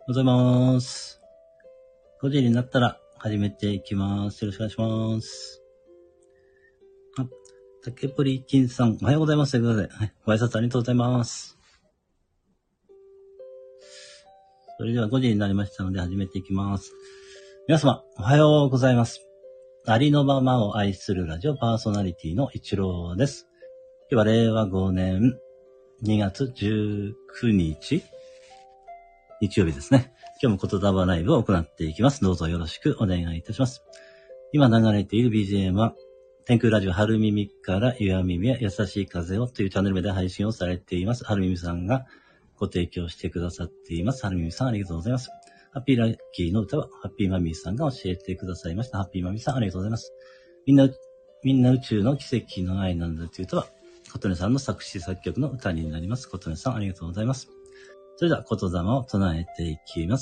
ございます。5時になったら始めていきます。よろしくお願いします。竹ポリキンさん、おはようございます。ということで、ご挨拶ありがとうございます。それでは5時になりましたので始めていきます。皆様、おはようございます。ありのままを愛するラジオパーソナリティの一郎です。今日は令和5年2月19日日曜日ですね。今日も言霊ライブを行っていきます。どうぞよろしくお願いいたします。今流れている BGM は天空ラジオ春耳から岩耳や優しい風をというチャンネル名で配信をされています。春耳さんがご提供してくださっています。春耳さんありがとうございます。ハッピーラッキーの歌はハッピーマミーさんが教えてくださいました。ハッピーマミーさんありがとうございます。みんな宇宙の奇跡の愛なんだという歌は琴音さんの作詞作曲の歌になります。琴音さんありがとうございます。それでは言霊を唱えていきます。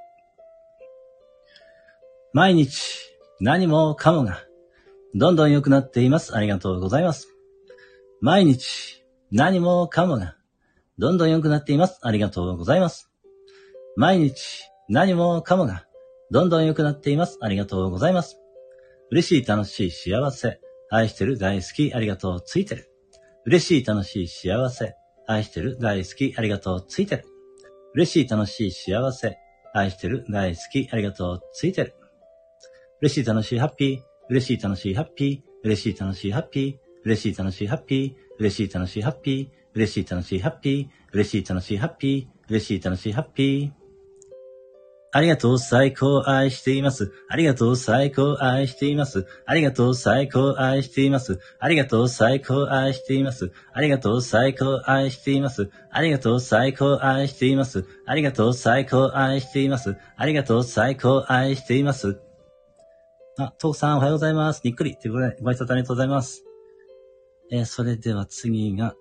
毎日何もかもがどんどん良くなっています。ありがとうございます。毎日何もかもがどんどん良くなっています。ありがとうございます。毎日何もかもがどんどん良くなっています。ありがとうございます。嬉しい、楽しい、幸せ、愛してる、大好き、ありがとう、ついてる。嬉しい、楽しい、幸せ、愛してる、大好き、ありがとう、ついてる。嬉しい、楽しい、幸せ、愛してる、大好き、ありがとう、ついてる。嬉しい、楽しい、ハッピー、嬉しい、楽しい、ハッピー、嬉しい、楽しい、ハッピー、嬉しい、楽しい、ハッピー、嬉しい、楽しい、ハッピー、嬉しい、楽しい、ハッピー、嬉しい、楽しい、ハッピー、嬉しい、楽しい、ハッピー。ありがとう、最高、愛しています。ありがとう、最高、愛しています。ありがとう、最高、愛しています。ありがとう、最高、愛しています。ありがとう、最高、愛しています。ありがとう、最高、愛しています。ありがとう、最高、愛しています。ありがとう、最高、愛しています。トーさん、おはようございます。にっくり。ということで、ご挨拶ありがとうございます。それでは次が、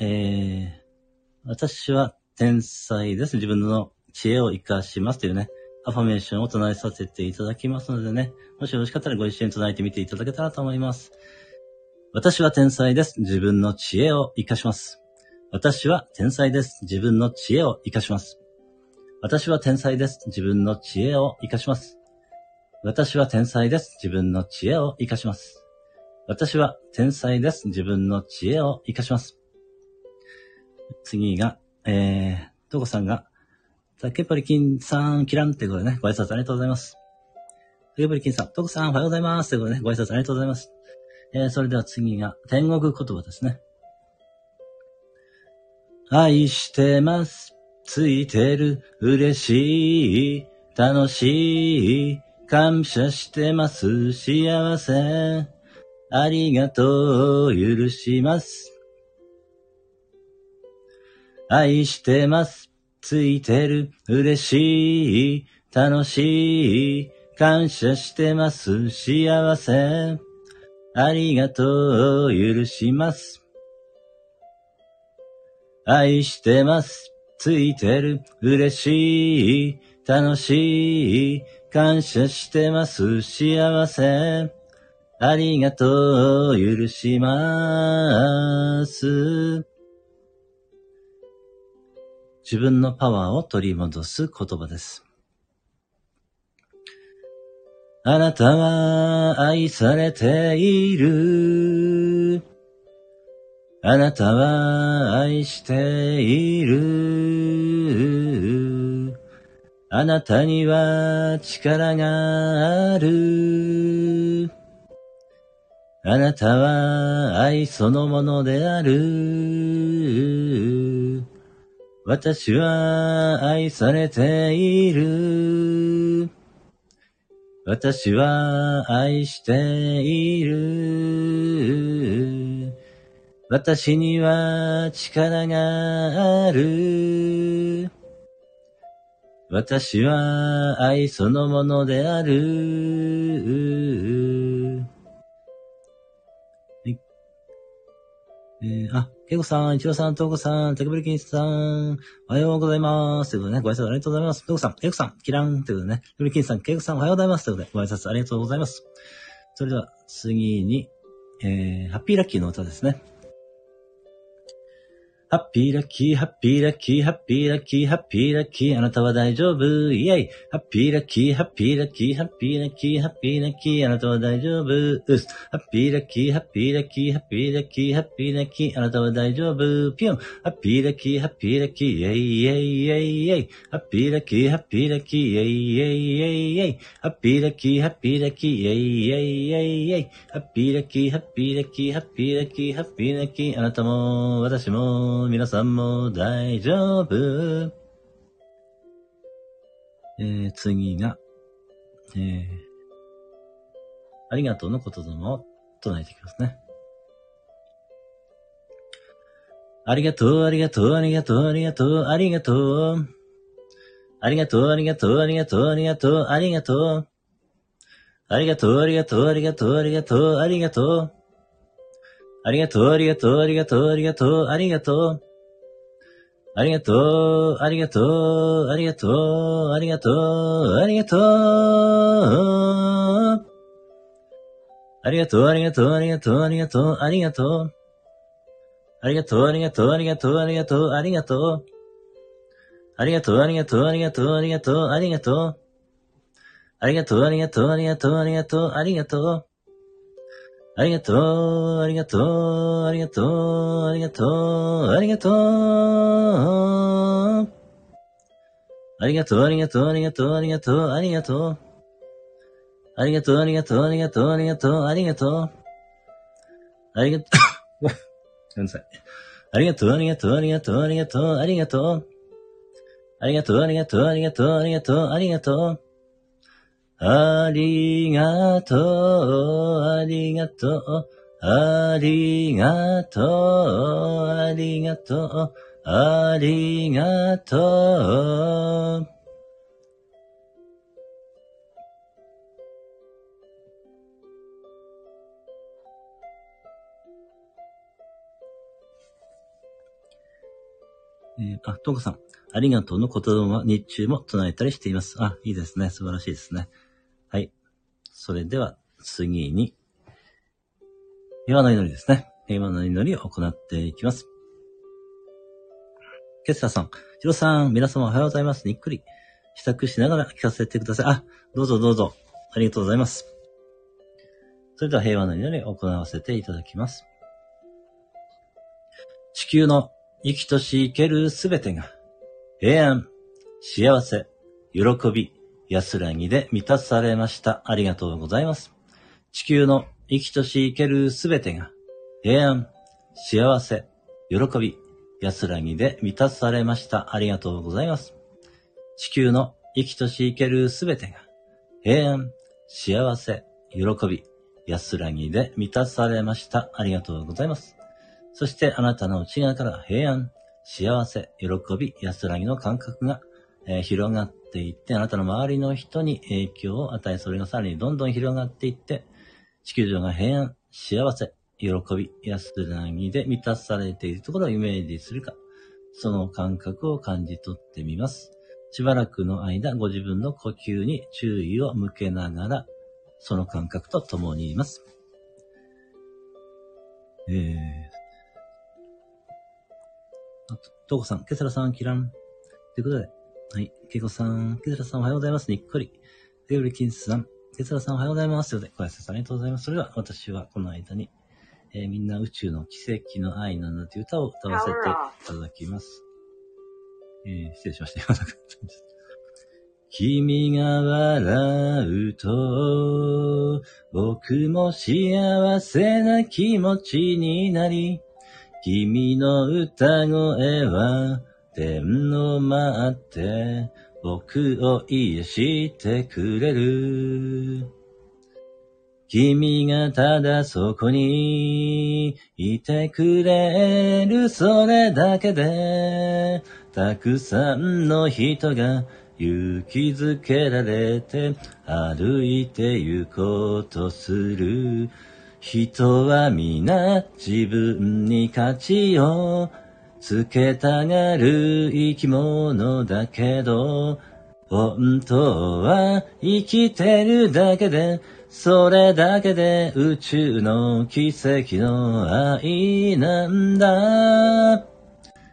私は天才です。自分の知恵を活かしますというね、アファメーションを唱えさせていただきますのでね、もしよろしかったらご一緒に唱えてみていただけたらと思います。私は天才です。自分の知恵を活かします。私は天才です。自分の知恵を活かします。私は天才です。自分の知恵を活かします。私は天才です。自分の知恵を活かします。私は天才です。自分の知恵を活かします。次が、トコさんが、竹ポリキンさん、キランってことでね、ご挨拶ありがとうございます。竹ポリキンさん、トコさん、おはようございます。ということでね、ご挨拶ありがとうございます。それでは次が、天国言葉ですね。愛してます。ついてる。嬉しい。楽しい。感謝してます。幸せ。ありがとう。許します。愛してます。ついてる。嬉しい。楽しい。感謝してます。幸せ。ありがとう。許します。愛してます。ついてる。嬉しい。楽しい。感謝してます。幸せ。ありがとう。許します。自分のパワーを取り戻す言葉です。あなたは愛されている。あなたは愛している。あなたには力がある。あなたは愛そのものである。私は愛されている。私は愛している。私には力がある。私は愛そのものである。ケイコさん、イチローさん、トウコさん、タケブリキンさん、おはようございます。ということでね、ご挨拶ありがとうございます。トウコさん、ケイコさん、キラン。ということでね、ブリキンさん、ケイコさん、おはようございます。ということで、ご挨拶ありがとうございます。それでは、次に、ハッピーラッキーの歌ですね。 ハッピーラッキー、ハッピーラッキー、ハッピーラッキー、ハッピーラッキー、あなたは大丈夫、イェイ。ハッピーラッキー、ハッピーラッキー、ハッピーラッキー、ハッピーラッキー、あなたは大丈夫、うす。ハッピーラッキー、ハッピーラッキー、ハッピーラッキー、ハッピーラッキー、あなたは大丈夫、ピュン。ハッピーラッキー、ハッピーラッキー、イェイイェイイェイイェイ。ハッピーラッキー、ハッピーラッキー、イェイイェイイェイイェイ。ハッピーラッキー、ハッピーラッキー、イェイイェイイェイイェイ。ハッピーラッキー、ハッピーラッキー、ハッピーラッキー、ハッピーラッキー、あなたも、私も、皆さんも、大丈夫。次が、ありがとうの言霊を唱えていきますね。ありがとう、ありがとう、ありがとう、ありがとう、ありがとう。ありがとう、ありがとう、ありがとう、ありがとう、ありがとう。ありがとう、ありがとう、ありがとう、ありがとう、ありがとう。ありがとう、ありがとう、ありがとう、ありがとう、ありがとう。ありがとう、ありがとう、ありがとう、ありがとう、ありがとう。ありがとう、ありがとう、ありがとう、ありがとう、ありがとう。ありがとう、ありがとう、ありがとう、ありがとう、ありがとう。ありがとう、ありがとう、ありがとう、ありがとう、ありがとう。ありがとう、ありがとう、ありがとう、ありがとう、ありがとう。ありがとう、ありがとう、ありがとう、ありがとう、ありがとう。ありがとう、ありがとう、ありがとう、ありがとう、ありがとう。ありがとう、ありがとう、ありがとう、ありがとう、ありがとう。ありがとう。ごめんなさい。ありがとう、ありがとう、ありがとう、ありがとう、ありがとう。ありがとう、ありがとう、ありがとう、ありがとう、ありがとう。ありがとう、ありがとう、ありがとう、ありがとう、ありがとう。とうこさん。ありがとうの言葉は日中も唱えたりしています。いいですね。素晴らしいですね。はい。それでは、次に、平和の祈りですね。平和の祈りを行っていきます。ケッサーさん、ヒロさん、皆様おはようございます。にっくり支度しながら聞かせてください。どうぞどうぞ。ありがとうございます。それでは平和の祈りを行わせていただきます。地球の生きとし生けるすべてが、平安、幸せ、喜び、安らぎで満たされました。ありがとうございます。地球の生きとし生けるすべてが、平安、幸せ、喜び、安らぎで満たされました。ありがとうございます。地球の生きとし生けるすべてが、平安、幸せ、喜び、安らぎで満たされました。ありがとうございます。そしてあなたの内側から平安、幸せ、喜び、安らぎの感覚が、広がっていって、あなたの周りの人に影響を与え、それがさらにどんどん広がっていって、地球上が平安、幸せ、喜び、安らぎで満たされているところをイメージするか、その感覚を感じ取ってみます。しばらくの間、ご自分の呼吸に注意を向けながら、その感覚と共にいます。トウコさん、ケセラさん、キラン。ということで、はい、ケイコさん、ケセラさんおはようございます。にっこり。デブリキンスさん、ケセラさんおはようございます。ということで、ご挨拶ありがとうございます。それでは、私はこの間に、みんな宇宙の奇跡の愛なんだという歌を歌わせていただきます。失礼しました。君が笑うと、僕も幸せな気持ちになり、君の歌声は天を待って僕を癒してくれる。君がただそこにいてくれる、それだけでたくさんの人が勇気づけられて歩いて行こうとする。人は皆自分に価値をつけたがる生き物だけど、本当は生きてるだけで、それだけで宇宙の奇跡の愛なんだ。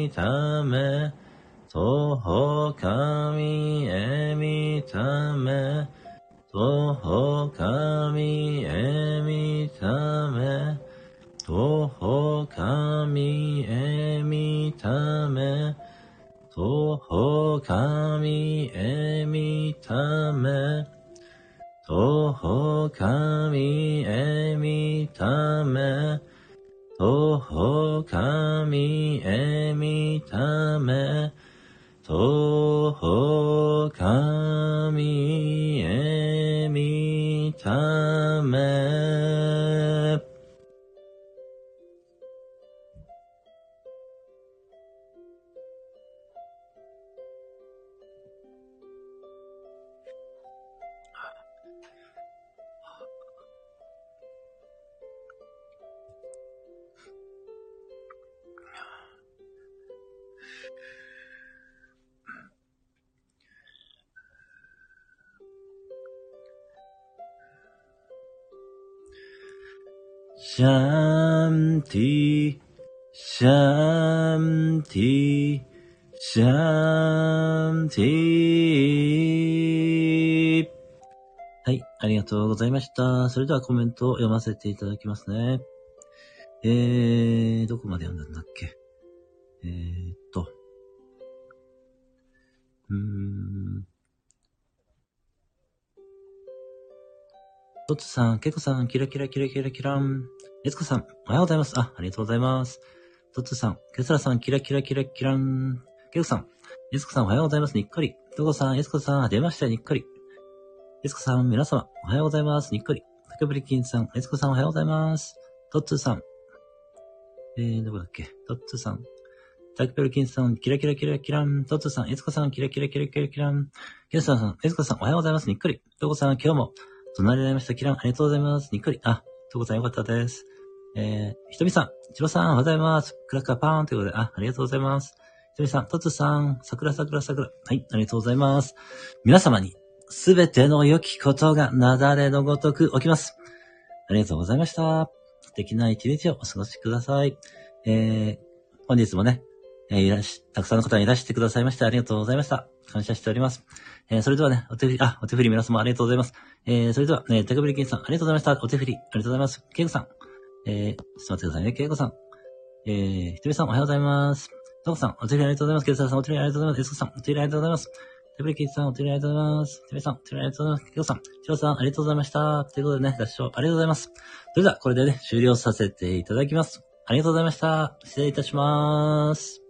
みため、とほかみえみため、とほかみえみため、とほかみえみため、とほかみえみため、とほかみえみため、とほかみえみため、とほかみえみため。シャンティ、シャンティ、シャンティ。はい、ありがとうございました。それではコメントを読ませていただきますね。どこまで読んだんだっけ。トツさん、ケコさん、キラキラキラキラキラン。エツコさん、おはようございます。ありがとうございます。トツさん、ケスラさん、キラキラキラキラン。ケコさん、エツコさん、おはようございます。にっこり。トコさん、エツコさん、出ました、にっこり。エツコさん、皆様、おはようございます。にっこり。タケブリキンさん、エツコさん、おはようございます。トッツーさん、どこだっけ。トッツーさん、タケブリキンさん、キラキラキラキラン。トッツーさん、エツコさん、キラキラキラキラキラン。ケスラさん、エツコさん、おはようございます。にっこり。トコさん、今日も、隣になりました。キラン、ありがとうございます。にっこり。あ、トコさんよかったです。ひとみさん、チロさん、おはようございます。クラッカーパーンということで、ありがとうございます。ひとみさん、トツさん、桜。はい、ありがとうございます。皆様に、すべての良きことがなだれのごとく起きます。ありがとうございました。素敵な一日をお過ごしください。本日もね、たくさんの方にいらしてくださいましてありがとうございました。感謝しております。それではね、お手振り皆様ありがとうございます。それでは、タケブリキンさんありがとうございました。お手振りありがとうございます。ケイコさん、ちょっと待ってくださいね、ケイコさん。ひとみさんおはようございます。トコさん、お手振りありがとうございます。ケイコさん、お手振りありがとうございます。エスコさん、お手振りありがとうございます。タケブリキンさん、お手振りありがとうございます。ひとみさん、お手振りありがとうございます。ケイコさん、チロさん、ありがとうございました。ということでね、合唱ありがとうございます。それでは、これでね、終了させていただきます。ありがとうございました。失礼いたします。